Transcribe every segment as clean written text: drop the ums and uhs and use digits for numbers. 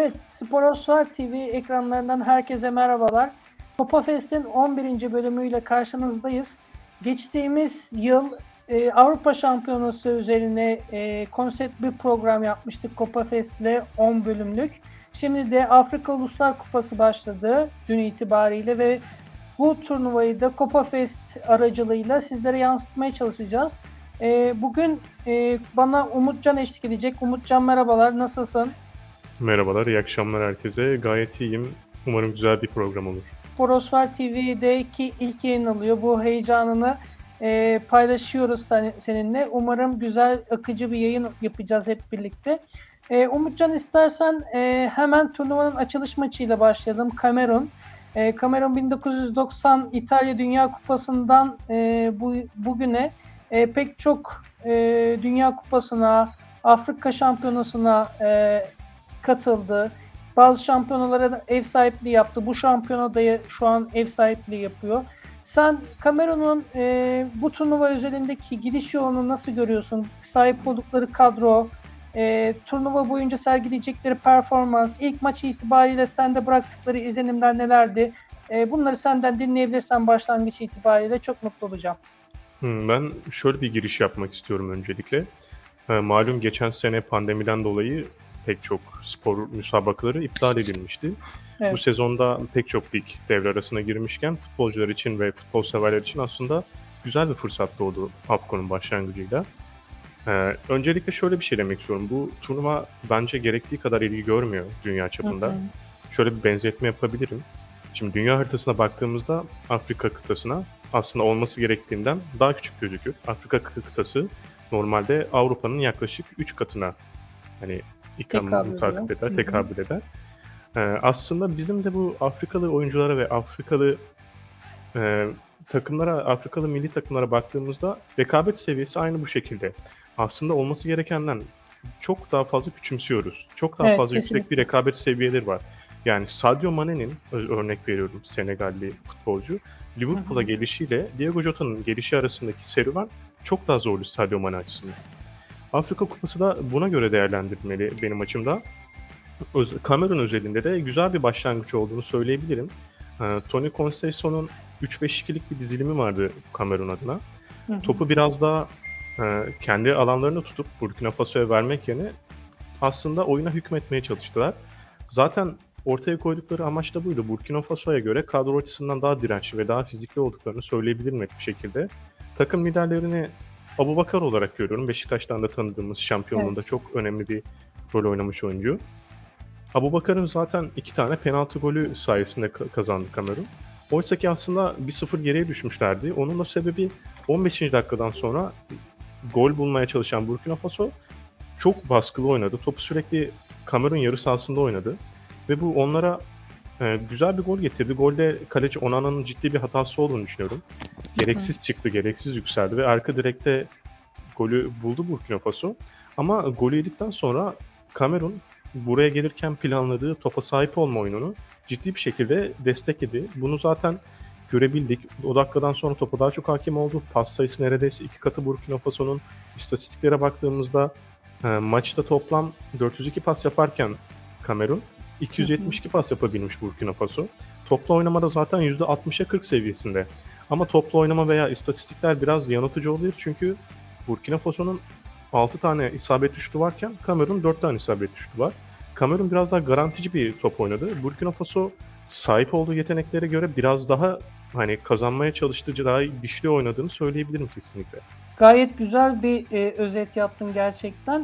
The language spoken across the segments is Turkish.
Evet, Sporosfer TV ekranlarından herkese merhabalar. Copa Fest'in 11. bölümüyle karşınızdayız. Geçtiğimiz yıl Avrupa Şampiyonası üzerine konsept bir program yapmıştık Copa Fest'le 10 bölümlük. Şimdi de Afrika Uluslar Kupası başladı dün itibariyle ve bu turnuvayı da Copa Fest aracılığıyla sizlere yansıtmaya çalışacağız. Bugün bana Umutcan eşlik edecek. Umutcan merhabalar, nasılsın? Merhabalar, iyi akşamlar herkese. Gayet iyiyim. Umarım güzel bir program olur. Sporosfer TV'deki ilk yayın alıyor. Bu heyecanını paylaşıyoruz seninle. Umarım güzel, akıcı bir yayın yapacağız hep birlikte. Umutcan, istersen hemen turnuvanın açılış maçıyla başlayalım. Kamerun. Kamerun 1990 İtalya Dünya Kupası'ndan bugüne pek çok Dünya Kupası'na, Afrika Şampiyonası'na katıldı. Bazı şampiyonalara da ev sahipliği yaptı. Bu şampiyonada şu an ev sahipliği yapıyor. Sen Kamerun'un bu turnuva özelindeki gidiş yolunu nasıl görüyorsun? Sahip oldukları kadro, turnuva boyunca sergileyecekleri performans, ilk maç itibariyle sende bıraktıkları izlenimler nelerdi? Bunları senden dinleyebilirsen başlangıç itibariyle çok mutlu olacağım. Ben şöyle bir giriş yapmak istiyorum öncelikle. Malum geçen sene pandemiden dolayı pek çok spor müsabakaları iptal edilmişti. Bu Evet. sezonda pek çok lig devre arasına girmişken futbolcular için ve futbol severler için aslında güzel bir fırsat doğdu AFCON'un başlangıcıyla. Öncelikle şöyle bir şey demek istiyorum. Bu turnuva bence gerektiği kadar ilgi görmüyor dünya Hı çapında. hı. Şöyle bir benzetme yapabilirim. Şimdi dünya haritasına baktığımızda Afrika kıtasına aslında olması gerektiğinden daha küçük gözükür. Afrika kıtası normalde Avrupa'nın yaklaşık 3 katına hani Tekabül ediyor. takip eder, Hı hı. tekabül eder. Aslında bizim de bu Afrikalı oyunculara ve Afrikalı e, takımlara, Afrikalı milli takımlara baktığımızda rekabet seviyesi aynı bu şekilde. Aslında olması gerekenden çok daha fazla küçümsüyoruz. Çok daha Evet, fazla yüksek bir kesinlikle. rekabet seviyeleri var. Yani Sadio Mane'nin örnek veriyorum, Senegalli futbolcu. Hı Liverpool'a hı. gelişiyle Diego Jota'nın gelişi arasındaki serüven çok daha zorlu Sadio Mane açısından. Afrika Kupası da buna göre değerlendirilmeli benim açımda. Kamerun özelinde de güzel bir başlangıç olduğunu söyleyebilirim. Toni Conceição'nun 3-5-2'lik bir dizilimi vardı Kamerun adına. Hı hı. Topu biraz daha kendi alanlarını tutup Burkina Faso'ya vermek yerine aslında oyuna hükmetmeye çalıştılar. Zaten ortaya koydukları amaç da buydu. Burkina Faso'ya göre kadro açısından daha dirençli ve daha fizikli olduklarını söyleyebilirim net bir şekilde. Takım liderlerini Abubakar olarak görüyorum. Beşiktaş'tan da tanıdığımız, şampiyonluğunda Evet. çok önemli bir rol oynamış oyuncu. Abubakar'ın zaten 2 tane penaltı golü sayesinde kazandı Kamerun. Oysa ki aslında 1-0 geriye düşmüşlerdi. Onun da sebebi 15. dakikadan sonra gol bulmaya çalışan Burkina Faso çok baskılı oynadı. Topu sürekli Kamerun yarı sahasında oynadı ve bu onlara güzel bir gol getirdi. Golde kaleci Onana'nın ciddi bir hatası olduğunu düşünüyorum. Hı hı. Gereksiz çıktı, gereksiz yükseldi ve arka direkte golü buldu Burkina Faso. Ama golü yedikten sonra Kamerun buraya gelirken planladığı topa sahip olma oyununu ciddi bir şekilde destekledi. Bunu zaten görebildik. O dakikadan sonra topa daha çok hakim oldu. Pas sayısı neredeyse 2 katı Burkina Faso'nun. İstatistiklere baktığımızda maçta toplam 402 pas yaparken Kamerun Hı hı. 272 pas yapabilmiş Burkina Faso. Toplu oynamada zaten %60'a 40 seviyesinde. Ama toplu oynama veya istatistikler biraz yanıltıcı oluyor çünkü Burkina Faso'nun 6 tane isabet şutu varken Kamerun 4 tane isabet şutu var. Kamerun biraz daha garantici bir top oynadı. Burkina Faso sahip olduğu yeteneklere göre biraz daha hani kazanmaya çalıştığı, daha dişli oynadığını söyleyebilirim kesinlikle. Gayet güzel bir özet yaptın gerçekten.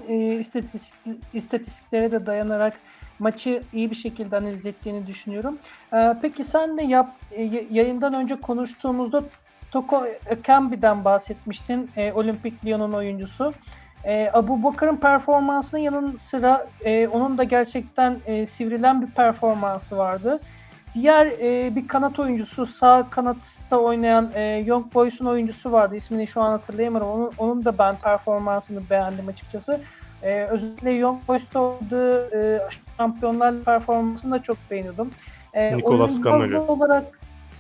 İstatistiklere de dayanarak maçı iyi bir şekilde analiz ettiğini düşünüyorum. Peki sen de yayından önce konuştuğumuzda Toko Ekambi'den bahsetmiştin, Olimpik Lyon'un oyuncusu. Abubakar'ın performansının yanı sıra onun da gerçekten sivrilen bir performansı vardı. Diğer bir kanat oyuncusu, sağ kanatta oynayan Young Boys'un oyuncusu vardı. İsmini şu an hatırlayamadım. Onun da ben performansını beğendim açıkçası. Özellikle Young Boys'ta oynadığı Şampiyonlar performansını da çok beğeniyordum. Nicolas Oyun bazlı Gamelu. olarak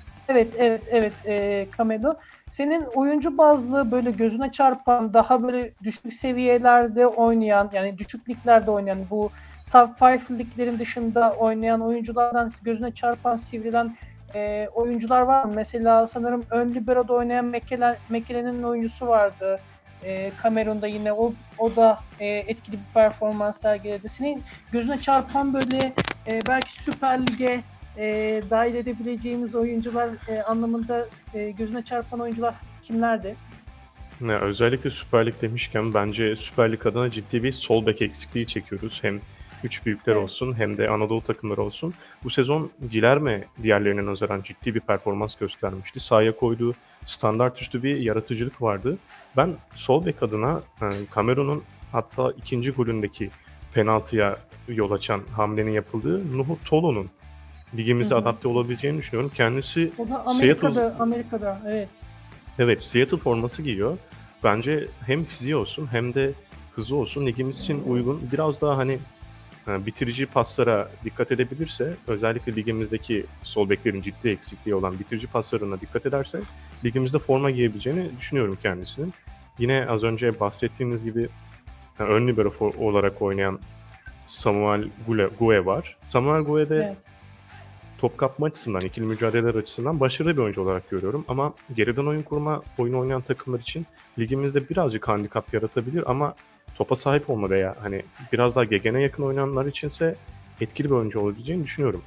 evet, Camelo. Senin oyuncu bazlı böyle gözüne çarpan, daha böyle düşük seviyelerde oynayan, yani düşük liglerde oynayan, bu top 5 liglerin dışında oynayan oyunculardan gözüne çarpan, sivrilen oyuncular var mı? Mesela sanırım ön libero'da oynayan Mekele'nin oyuncusu vardı. Kamerun'da yine o da etkili bir performans sergiledi. Senin gözüne çarpan böyle belki Süper Lig'e dahil edebileceğimiz oyuncular anlamında gözüne çarpan oyuncular kimlerdi? Özellikle Süper Lig demişken bence Süper Lig adına ciddi bir sol bek eksikliği çekiyoruz. Hem üç büyükler Evet. olsun hem de Anadolu takımları olsun. Bu sezon Guilherme diğerlerine nazaran ciddi bir performans göstermişti. Sahaya koyduğu standart üstü bir yaratıcılık vardı. Ben sol bek adına Cameroun'un hatta ikinci golündeki penaltıya yol açan hamlenin yapıldığı Nuhu Tolo'nun ligimize adapte olabileceğini düşünüyorum. Kendisi O da Seattle Amerika'da evet. Evet, Seattle forması giyiyor. Bence hem fiziği olsun hem de hızı olsun ligimiz için uygun. Biraz daha hani bitirici paslara dikkat edebilirse, özellikle ligimizdeki sol beklerin ciddi eksikliği olan bitirici paslarına dikkat ederse ligimizde forma giyebileceğini düşünüyorum kendisinin. Yine az önce bahsettiğiniz gibi ön libero olarak oynayan Samuel Gue var. Samuel Gue'de Evet. top kapma açısından, ikili mücadeleler açısından başarılı bir oyuncu olarak görüyorum. Ama geriden oyun oynayan takımlar için ligimizde birazcık handikap yaratabilir ama topa sahip olma veya hani biraz daha gegene yakın oynayanlar içinse etkili bir oyuncu olabileceğini düşünüyorum.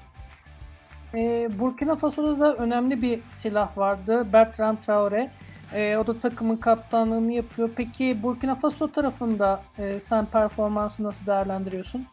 Burkina Faso'da da önemli bir silah vardı. Bertrand Traoré. O da takımın kaptanlığını yapıyor. Peki Burkina Faso tarafında sen performansı nasıl değerlendiriyorsun?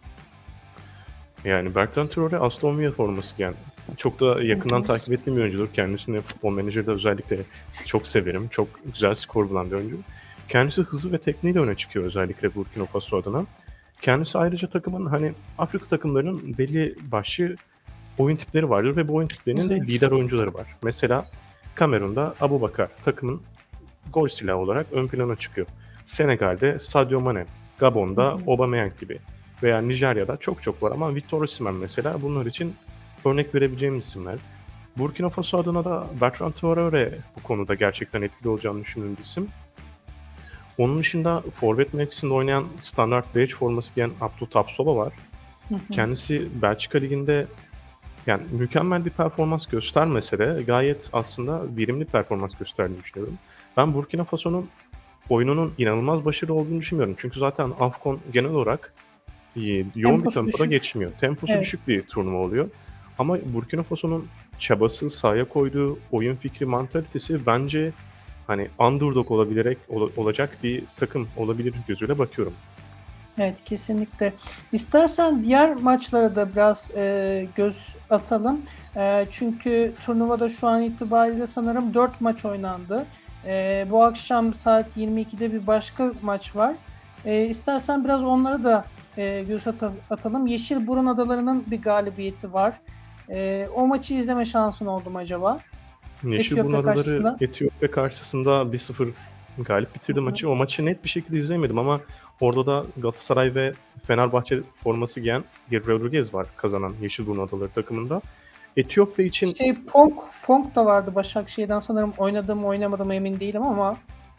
Yani Bertrand Traoré Aston Villa forması giyen. Çok da yakından takip ettiğim bir oyuncudur. Kendisini Futbol Manager'da özellikle çok severim. Çok güzel skor bulan bir oyuncu. Kendisi hızı ve tekniğiyle öne çıkıyor özellikle Burkina Faso adına. Kendisi ayrıca takımın hani Afrika takımlarının belli başlı oyun tipleri vardır ve bu oyun tiplerinin de lider oyuncuları var. Mesela Kamerun'da Aboubakar takımın gol silahı olarak ön plana çıkıyor. Senegal'de Sadio Mane, Gabon'da Aubameyang gibi veya Nijerya'da çok var ama Victor Osimhen mesela bunlar için örnek verebileceğimiz isimler. Burkina Faso adına da Bertrand Traoré bu konuda gerçekten etkili olacağını düşündüğüm bir isim. Onun dışında forvet mevkisinde oynayan standart beige forması giyen Abdou Tapsoba var. Kendisi Belçika Ligi'nde yani mükemmel bir performans göstermese de gayet aslında verimli performans gösterdiğini düşünüyorum. Ben Burkina Faso'nun oyununun inanılmaz başarılı olduğunu düşünmüyorum. Çünkü zaten AFCON genel olarak yoğun bir Temposu tempoda düşük. geçmiyor. Temposu Evet. düşük bir turnuva oluyor. Ama Burkina Faso'nun çabası, sahaya koyduğu oyun fikri, mantalitesi bence hani underdog olacak bir takım olabilir gözüyle bakıyorum. Evet, kesinlikle. İstersen diğer maçlara da biraz göz atalım. Çünkü turnuvada şu an itibariyle sanırım 4 maç oynandı. Bu akşam saat 22'de bir başka maç var. İstersen biraz onları da göz atalım. Yeşilburun Adaları'nın bir galibiyeti var. O maçı izleme şansın oldu mu acaba? Yeşilburnu Etiyopya Adaları karşısında. Etiyopya karşısında 1-0 galip bitirdi maçı. O maçı net bir şekilde izleyemedim ama orada da Galatasaray ve Fenerbahçe forması giyen bir Rodriguez var kazanan Yeşilburnu Adaları takımında. Etiyopya için Pong da vardı Başakşehir'den sanırım, oynadım mı oynamadım mı emin değilim ama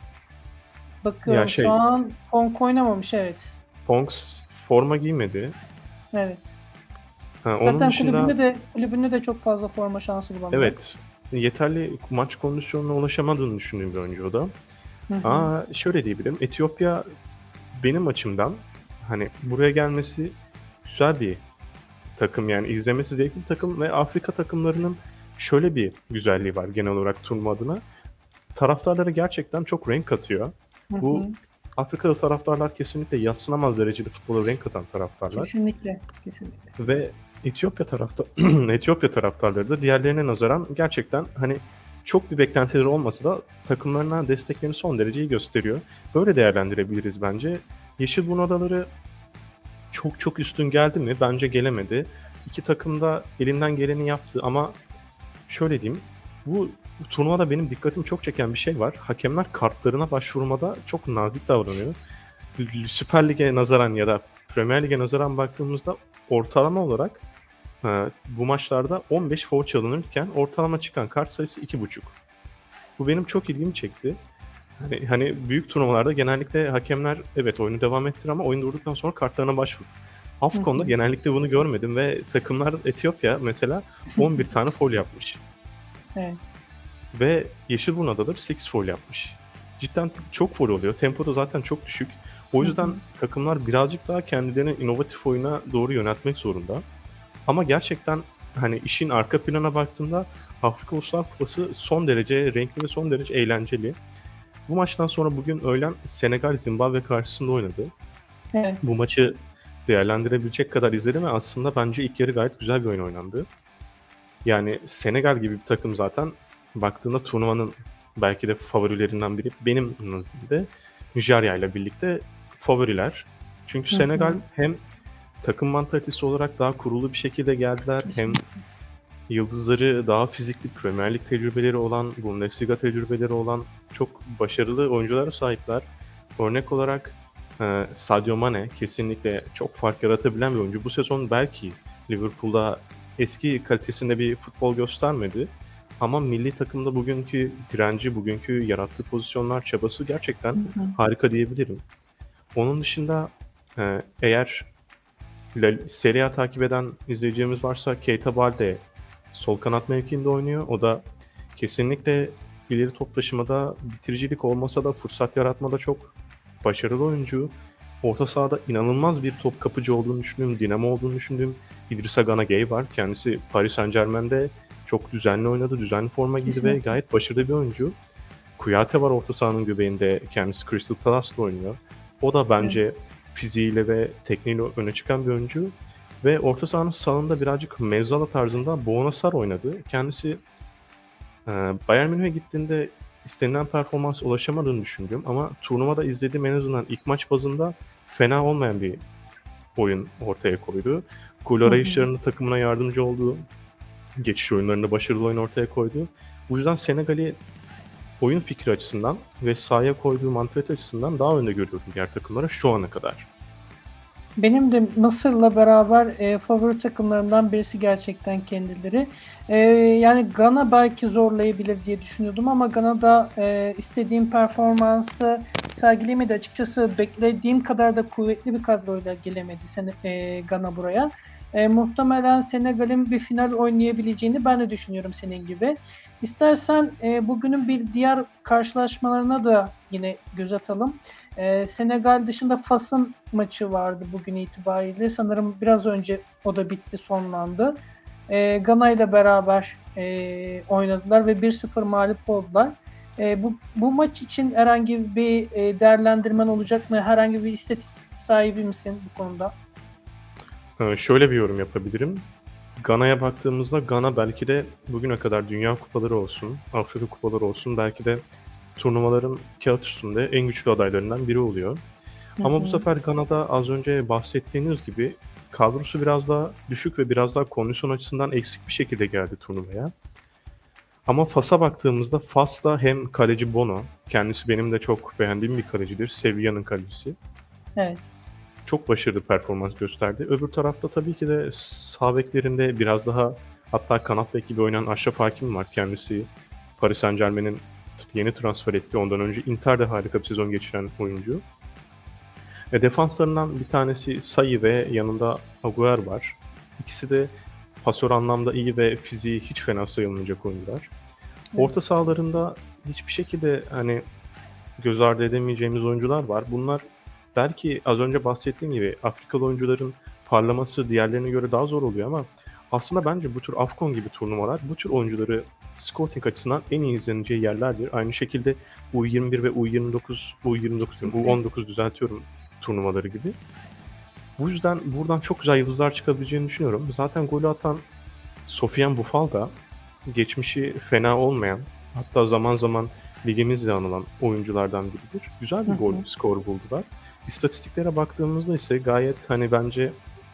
ya bakıyorum şu an Pong oynamamış, evet. Ponks forma giymedi. Evet. Onun Zaten dışında kulübünde de çok fazla forma şansı bulamadı. evet yeterli maç kondisyonuna ulaşamadığını düşündüğüm bir oyuncu o da. Hı hı. Şöyle diyebilirim. Etiyopya benim açımdan hani buraya gelmesi güzel bir takım, yani izlemesi zevkli bir takım ve Afrika takımlarının şöyle bir güzelliği var genel olarak turnuva adına. Taraftarları gerçekten çok renk katıyor. Hı Bu hı. Afrikalı taraftarlar kesinlikle yadsınamaz derecede futbola renk katan taraftarlar Kesinlikle. Kesinlikle. ve Etiyopya tarafta Etiyopya taraftarları da diğerlerine nazaran gerçekten hani çok bir beklentileri olmasa da takımlarına desteklerini son derece iyi gösteriyor. Böyle değerlendirebiliriz bence. Yeşilburnu Adaları çok üstün geldi mi? Bence gelemedi. İki takım da elinden geleni yaptı ama şöyle diyeyim, bu turnuvada benim dikkatimi çok çeken bir şey var. Hakemler kartlarına başvurmada çok nazik davranıyor. Süper Lig'e nazaran ya da Premier Lig'e nazaran baktığımızda ortalama olarak bu maçlarda 15 foul çalınırken ortalama çıkan kart sayısı 2,5. Bu benim çok ilgimi çekti. Hani büyük turnuvalarda genellikle hakemler evet oyunu devam ettir ama oyun durduktan sonra kartlarına başvur. Hı AFCON'da hı. genellikle bunu görmedim ve takımlar Etiyopya mesela 11 tane foul yapmış. Evet. Ve Yeşilburna'da da 6 foul yapmış. Cidden çok foul oluyor. Tempo da zaten çok düşük. O Hı yüzden hı. takımlar birazcık daha kendilerini inovatif oyuna doğru yöneltmek zorunda. Ama gerçekten hani işin arka plana baktığında Afrika Uluslar Kupası son derece renkli ve son derece eğlenceli. Bu maçtan sonra bugün öğlen Senegal Zimbabwe karşısında oynadı. Evet. Bu maçı değerlendirebilecek kadar izledim ve aslında bence ilk yarı gayet güzel bir oyun oynandı. Yani Senegal gibi bir takım zaten baktığında turnuvanın belki de favorilerinden biri benim nezdimde Nijerya ile birlikte favoriler. Çünkü Hı Senegal hı. hem takım mantalitesi olarak daha kurulu bir şekilde geldiler hem Kesinlikle. yıldızları daha fizikli Premier Lig tecrübeleri olan, Bundesliga tecrübeleri olan çok başarılı oyunculara sahipler. Örnek olarak Sadio Mane kesinlikle çok fark yaratabilen bir oyuncu. Bu sezon belki Liverpool'da eski kalitesinde bir futbol göstermedi. Ama milli takımda bugünkü direnci, bugünkü yarattığı pozisyonlar, çabası gerçekten Hı hı. harika diyebilirim. Onun dışında eğer Serie A takip eden izleyicilerimiz varsa Keita Balde sol kanat mevkiinde oynuyor. O da kesinlikle ileri top taşımada bitiricilik olmasa da fırsat yaratmada çok başarılı oyuncu. Orta sahada inanılmaz bir top kapıcı olduğunu düşündüğüm, dinamo olduğunu düşündüğüm Idrissa Gana Gueye var. Kendisi Paris Saint-Germain'de çok düzenli oynadı, düzenli forma giydi ve Kesinlikle. gayet başarılı bir oyuncu. Kouyaté var orta sahanın göbeğinde. Kendisi Crystal Palace'da oynuyor. O da bence Evet. fiziğiyle ve tekniğiyle öne çıkan bir oyuncu. Ve orta sahanın sağında birazcık Mezzala tarzında Bouna Sarr oynadı. Kendisi Bayern Münih'e gittiğinde istenilen performansa ulaşamadığını düşündüm ama turnuvada izlediğim en azından ilk maç bazında fena olmayan bir oyun ortaya koydu. Gol Hı hı. arayışlarında takımına yardımcı oldu. Geçiş oyunlarında başarılı oyun ortaya koydu. Bu yüzden Senegal'i oyun fikri açısından ve sahaya koyduğu mantalite açısından daha önde görüyorum diğer takımlara şu ana kadar. Benim de Mısır'la beraber, favori takımlarımdan birisi gerçekten kendileri. Yani Gana belki zorlayabilir diye düşünüyordum ama Gana'da, istediğim performansı sergileyemedi. Açıkçası beklediğim kadar da kuvvetli bir kadroyla gelemedi Gana buraya. Muhtemelen Senegal'in bir final oynayabileceğini ben de düşünüyorum senin gibi. İstersen, bugünün bir diğer karşılaşmalarına da yine göz atalım. Senegal dışında Fas'ın maçı vardı bugün itibariyle. Sanırım biraz önce o da bitti, sonlandı. Gana ile beraber oynadılar ve 1-0 mağlup oldular. Bu maç için herhangi bir değerlendirmen olacak mı? Herhangi bir istatistik sahibi misin bu konuda? Şöyle bir yorum yapabilirim. Gana'ya baktığımızda Gana belki de bugüne kadar Dünya Kupaları olsun, Afrika Kupaları olsun belki de turnuvaların kağıt üstünde en güçlü adaylarından biri oluyor. Hı Ama bu hı. sefer Gana'da az önce bahsettiğiniz gibi kadrosu biraz daha düşük ve biraz daha kondisyon açısından eksik bir şekilde geldi turnuvaya. Ama Fas'a baktığımızda Fas'ta hem kaleci Bono, kendisi benim de çok beğendiğim bir kalecidir, Sevilla'nın kalecisi. Evet. Çok başarılı performans gösterdi. Öbür tarafta tabii ki de sağ beklerinde biraz daha hatta kanat bek gibi oynayan Achraf Hakimi var. Kendisi Paris Saint-Germain'in yeni transfer ettiği, ondan önce Inter'de harika bir sezon geçiren oyuncu. Defanslarından bir tanesi Saï ve yanında Agüero var. İkisi de pasör anlamda iyi ve fiziği hiç fena sayılmayacak oyuncular. Evet. Orta sahalarında hiçbir şekilde hani göz ardı edemeyeceğimiz oyuncular var. Bunlar belki az önce bahsettiğim gibi Afrikalı oyuncuların parlaması diğerlerine göre daha zor oluyor ama aslında bence bu tür AFCON gibi turnuvalar bu tür oyuncuları scouting açısından en iyi izleneceği yerlerdir. Aynı şekilde U21 ve U29 diyorum, Kesinlikle. U19 düzeltiyorum turnuvaları gibi. Bu yüzden buradan çok güzel yıldızlar çıkabileceğini düşünüyorum. Zaten golü atan Sofiane Boufal da geçmişi fena olmayan, hatta zaman zaman ligimizle anılan oyunculardan biridir. Güzel Hı bir gol hı. skoru buldular. İstatistiklere baktığımızda ise gayet hani bence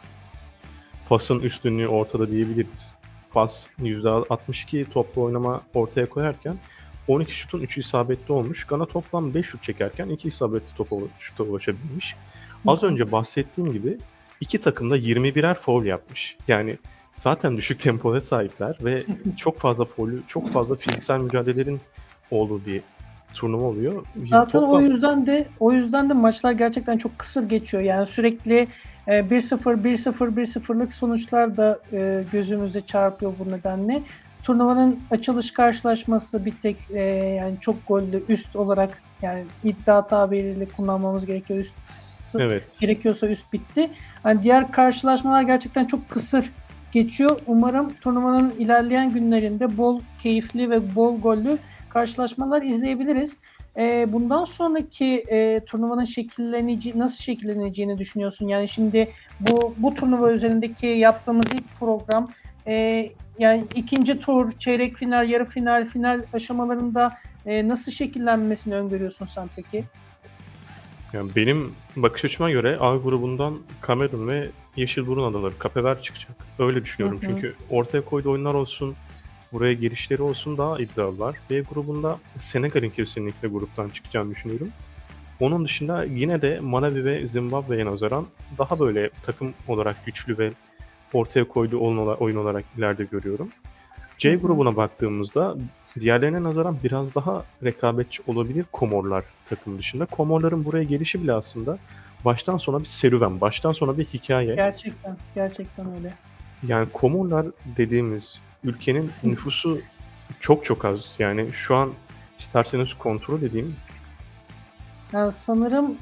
Fas'ın üstünlüğü ortada diyebiliriz. Fas %62 toplu oynama ortaya koyarken 12 şutun 3'ü isabetli olmuş. Gana toplam 5 şut çekerken 2 isabetli şuta ulaşabilmiş. Hı Az hı. önce bahsettiğim gibi iki takım da 21'er foul yapmış. Yani zaten düşük tempoya sahipler ve çok fazla foul'ü, çok fazla fiziksel mücadelelerin olduğu bir turnuva oluyor. Zaten o Toplam yüzden de maçlar gerçekten çok kısır geçiyor. Yani sürekli 1-0, 1-0, 1-0'lık sonuçlar da gözümüze çarpıyor bu nedenle. Turnuvanın açılış karşılaşması bir tek yani çok gollü üst olarak, yani iddia tabiriyle kullanmamız gerekiyor. Evet. Gerekiyorsa üst bitti. Yani diğer karşılaşmalar gerçekten çok kısır geçiyor. Umarım turnuvanın ilerleyen günlerinde bol keyifli ve bol gollü karşılaşmalar izleyebiliriz. Bundan sonraki turnuvanın nasıl şekilleneceğini düşünüyorsun? Yani şimdi bu turnuva üzerindeki yaptığımız ilk program, yani ikinci tur, çeyrek final, yarı final, final aşamalarında nasıl şekillenmesini öngörüyorsun sen peki? Yani benim bakış açıma göre A grubundan Kamerun ve Yeşilburun Adaları, Cape Verde çıkacak. Öyle Hı düşünüyorum hı. çünkü ortaya koyduğu oyunlar olsun, buraya gelişleri olsun daha iddialılar. B grubunda Senegal'in kesinlikle gruptan çıkacağını düşünüyorum. Onun dışında yine de Malawi ve Zimbabwe'ye nazaran daha böyle takım olarak güçlü ve ortaya koyduğu oyun olarak ileride görüyorum. Hı C hı. grubuna baktığımızda diğerlerine nazaran biraz daha rekabetçi olabilir Komorlar takım dışında. Komorların buraya gelişi bile aslında baştan sona bir serüven, baştan sona bir hikaye. Gerçekten öyle. Yani Komorlar dediğimiz ülkenin nüfusu çok çok az. Yani şu an isterseniz kontrol edeyim. Yani sanırım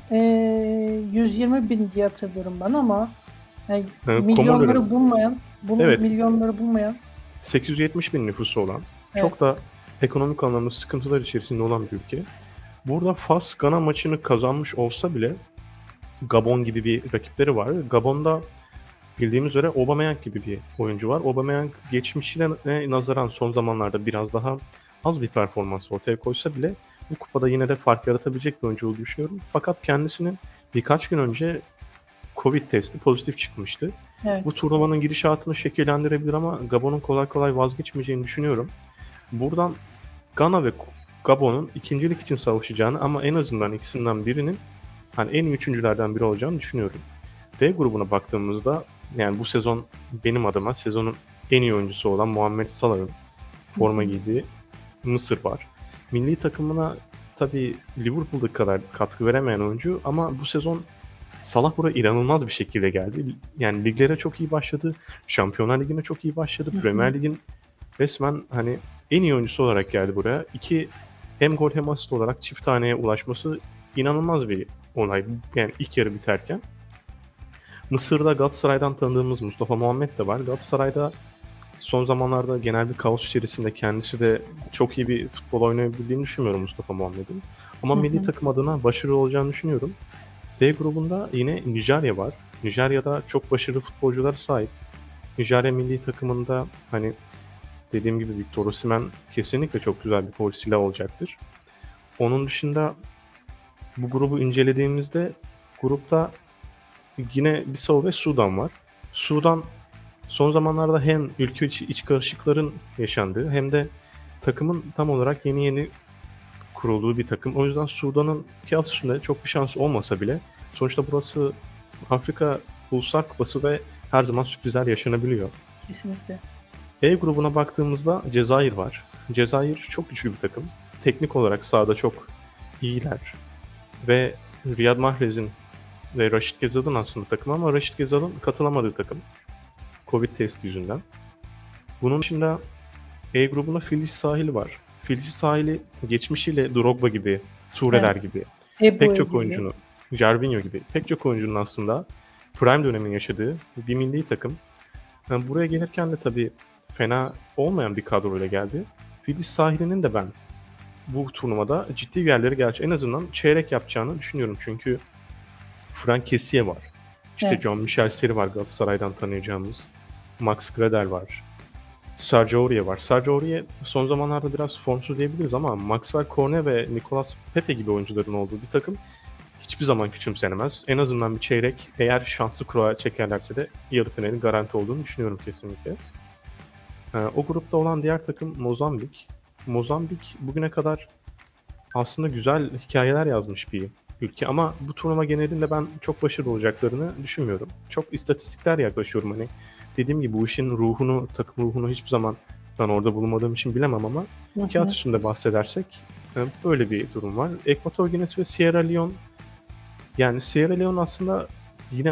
120 bin diye hatırlıyorum ben ama yani Komorların evet milyonları bulmayan, 870 bin nüfusu olan, çok da evet. ekonomik anlamda sıkıntılar içerisinde olan bir ülke. Burada Fas Gana maçını kazanmış olsa bile Gabon gibi bir rakipleri var. Gabon'da bildiğimiz üzere Aubameyang gibi bir oyuncu var. Aubameyang geçmişine nazaran son zamanlarda biraz daha az bir performans ortaya koysa bile bu kupada yine de fark yaratabilecek bir oyuncu olduğunu düşünüyorum. Fakat kendisinin birkaç gün önce Covid testi pozitif çıkmıştı. Bu Evet. turnuvanın gidişatını şekillendirebilir ama Gabon'un kolay kolay vazgeçmeyeceğini düşünüyorum. Buradan Gana ve Gabon'un ikincilik için savaşacağını ama en azından ikisinden birinin hani en iyi üçüncülerden biri olacağını düşünüyorum. D grubuna baktığımızda yani bu sezon benim adıma sezonun en iyi oyuncusu olan Muhammed Salah'ın Hı forma hı. giydiği Mısır var. Milli takımına tabii Liverpool'da kadar katkı veremeyen oyuncu ama bu sezon Salah buraya inanılmaz bir şekilde geldi. Yani liglere çok iyi başladı. Şampiyonlar Ligi'ne çok iyi başladı. Hı hı. Premier Lig'in resmen hani en iyi oyuncusu olarak geldi buraya. İki hem gol hem asist olarak çift taneye ulaşması inanılmaz bir olay. Yani ilk yarı biterken. Mısır'da Galatasaray'dan tanıdığımız Mustafa Muhammed de var. Galatasaray'da son zamanlarda genel bir kaos içerisinde kendisi de çok iyi bir futbol oynayabildiğini düşünmüyorum Mustafa Muhammed'in. Ama Hı milli hı. takım adına başarılı olacağını düşünüyorum. D grubunda yine Nijerya var. Nijerya'da çok başarılı futbolcular sahip. Nijerya milli takımında hani dediğim gibi Victor Osimhen kesinlikle çok güzel bir gol silahı olacaktır. Onun dışında bu grubu incelediğimizde grupta yine Bissau ve Sudan var. Sudan son zamanlarda hem ülke içi iç karışıkların yaşandığı hem de takımın tam olarak yeni yeni kurulduğu bir takım. O yüzden Sudan'ın kağıt üstünde çok bir şans olmasa bile sonuçta burası Afrika Uluslar Kupası ve her zaman sürprizler yaşanabiliyor. Kesinlikle. E grubuna baktığımızda Cezayir var. Cezayir çok güçlü bir takım. Teknik olarak sahada çok iyiler. Ve Riyad Mahrez'in ve Raşit Gezal'ın aslında takımı ama Raşit Gezal'ın katılamadığı takım. Covid testi yüzünden. Bunun dışında E grubunda Filiz Sahili var. Filiz Sahili geçmişiyle Drogba gibi, Tureler Evet. gibi, pek Eboe çok gibi. oyuncunun, Gervinho gibi pek çok oyuncunun aslında prime dönemini yaşadığı bir milli takım. Yani buraya gelirken de tabii fena olmayan bir kadroyla geldi. Filiz Sahili'nin de ben bu turnuvada ciddi bir yerleri gerçi en azından çeyrek yapacağını düşünüyorum. Çünkü Franck Kessié var. İşte Evet. John Michel Seri var Galatasaray'dan tanıyacağımız. Max Gradel var. Sergio Aurier var. Sergio Aurier son zamanlarda biraz formsuz diyebiliriz ama Maxwell Cornet ve Nicolas Pepe gibi oyuncuların olduğu bir takım hiçbir zaman küçümsenemez. En azından bir çeyrek eğer şanslı kura çekerlerse de yarı finalin garanti olduğunu düşünüyorum kesinlikle. O grupta olan diğer takım Mozambik. Mozambik bugüne kadar aslında güzel hikayeler yazmış bir ülke ama bu turnuva genelinde ben çok başarılı olacaklarını düşünmüyorum. Çok istatistikler yaklaşıyorum hani. Dediğim gibi bu işin ruhunu, takım ruhunu hiçbir zaman ben orada bulunmadığım için bilemem ama Hı kağıt hı. üstünde bahsedersek böyle bir durum var. Ekvator Ginesi ve Sierra Leone yani Sierra Leone aslında yine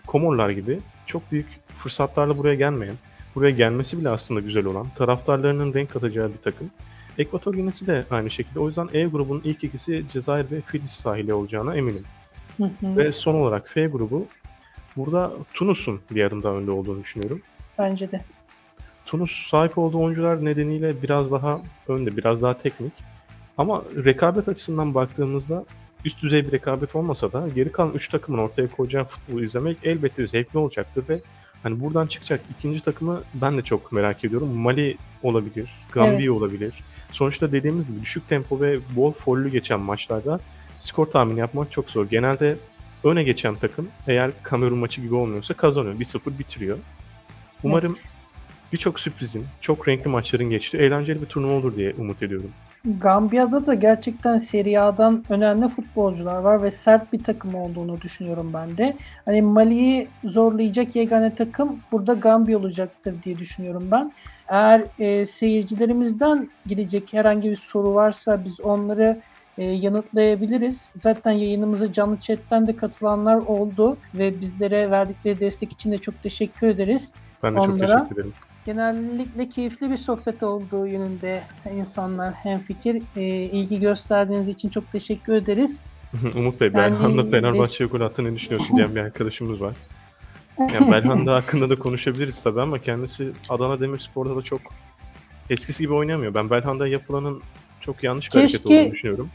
Komorlar gibi çok büyük fırsatlarla buraya gelmeyen, buraya gelmesi bile aslında güzel olan, taraftarlarının renk katacağı bir takım. Ekvator Ginesi de aynı şekilde. O yüzden E grubunun ilk ikisi Cezayir ve Filiz sahili olacağına eminim. Hı hı. Ve son olarak F grubu, burada Tunus'un bir adım daha önde olduğunu düşünüyorum. Bence de. Tunus sahip olduğu oyuncular nedeniyle biraz daha önde, biraz daha teknik. Ama rekabet açısından baktığımızda üst düzey bir rekabet olmasa da geri kalan 3 takımın ortaya koyacağı futbolu izlemek elbette zevkli olacaktır ve hani buradan çıkacak ikinci takımı ben de çok merak ediyorum. Mali olabilir, Gambiya Evet. olabilir. Sonuçta dediğimiz gibi düşük tempo ve bol follü geçen maçlarda skor tahmini yapmak çok zor. Genelde öne geçen takım eğer Kamerun maçı gibi olmuyorsa kazanıyor. 1-0 bitiriyor. Evet. Umarım birçok sürprizin, çok renkli maçların geçtiği eğlenceli bir turnuva olur diye umut ediyorum. Gambiya'da da gerçekten Serie A'dan önemli futbolcular var ve sert bir takım olduğunu düşünüyorum ben de. Hani Mali'yi zorlayacak yegane takım burada Gambiya olacaktır diye düşünüyorum ben. Eğer seyircilerimizden gelecek herhangi bir soru varsa biz onları yanıtlayabiliriz. Zaten yayınımıza canlı chatten de katılanlar oldu ve bizlere verdikleri destek için de çok teşekkür ederiz Ben de çok onlara. teşekkür ederim. Genellikle keyifli bir sohbet olduğu yönünde insanlar hemfikir. İlgi gösterdiğiniz için çok teşekkür ederiz. Umut Bey, Yani Belhanda Fenerbahçe'ye gol attı ne düşünüyorsun diyen bir arkadaşımız var. Yani Belhanda hakkında da konuşabiliriz tabii ama kendisi Adana Demirspor'da da çok eskisi gibi oynamıyor. Ben Belhanda'ya yapılanın çok yanlış bir hareket olduğunu keşke düşünüyorum.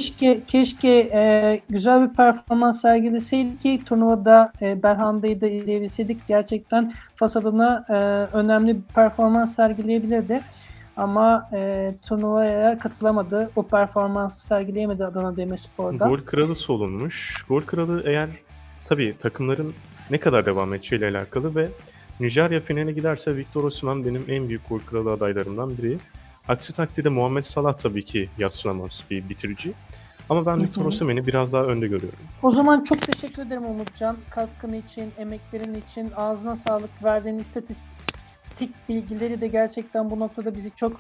keşke güzel bir performans sergileseydik ki turnuvada Belhanda'yı da izleyebilseydik. Gerçekten Fas adına önemli bir performans sergileyebilirdi. Ama turnuvaya katılamadı. O performansı sergileyemedi Adana Demirspor'da. Gol kralı solunmuş. Gol kralı eğer tabii takımların ne kadar devam edeceğiyle alakalı ve Nijerya finaline giderse Victor Osimhen benim en büyük gol kralı adaylarımdan biri. Aksi takdirde Muhammed Salah tabii ki yadsınamaz bir bitirici. Ama ben Victor Osimhen'i biraz daha önde görüyorum. O zaman çok teşekkür ederim Umutcan. Katkın için, emeklerin için ağzına sağlık. Verdiğin istatistik bilgileri de gerçekten bu noktada bizi çok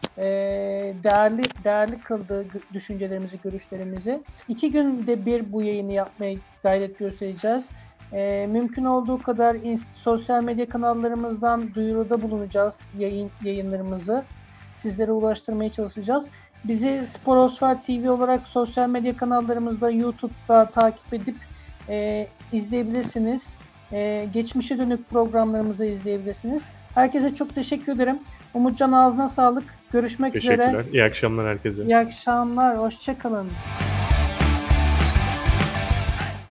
değerli kıldı düşüncelerimizi, görüşlerimizi. 2 günde bir bu yayını yapmaya gayret göstereceğiz. Mümkün olduğu kadar sosyal medya kanallarımızdan duyuruda bulunacağız yayınlarımızı. Sizlere ulaştırmaya çalışacağız. Bizi Sporosfer TV olarak sosyal medya kanallarımızda YouTube'da takip edip izleyebilirsiniz. Geçmişe dönük programlarımızı izleyebilirsiniz. Herkese çok teşekkür ederim. Umutcan ağzına sağlık. Görüşmek üzere. Teşekkürler. İyi akşamlar herkese. İyi akşamlar. Hoşça kalın.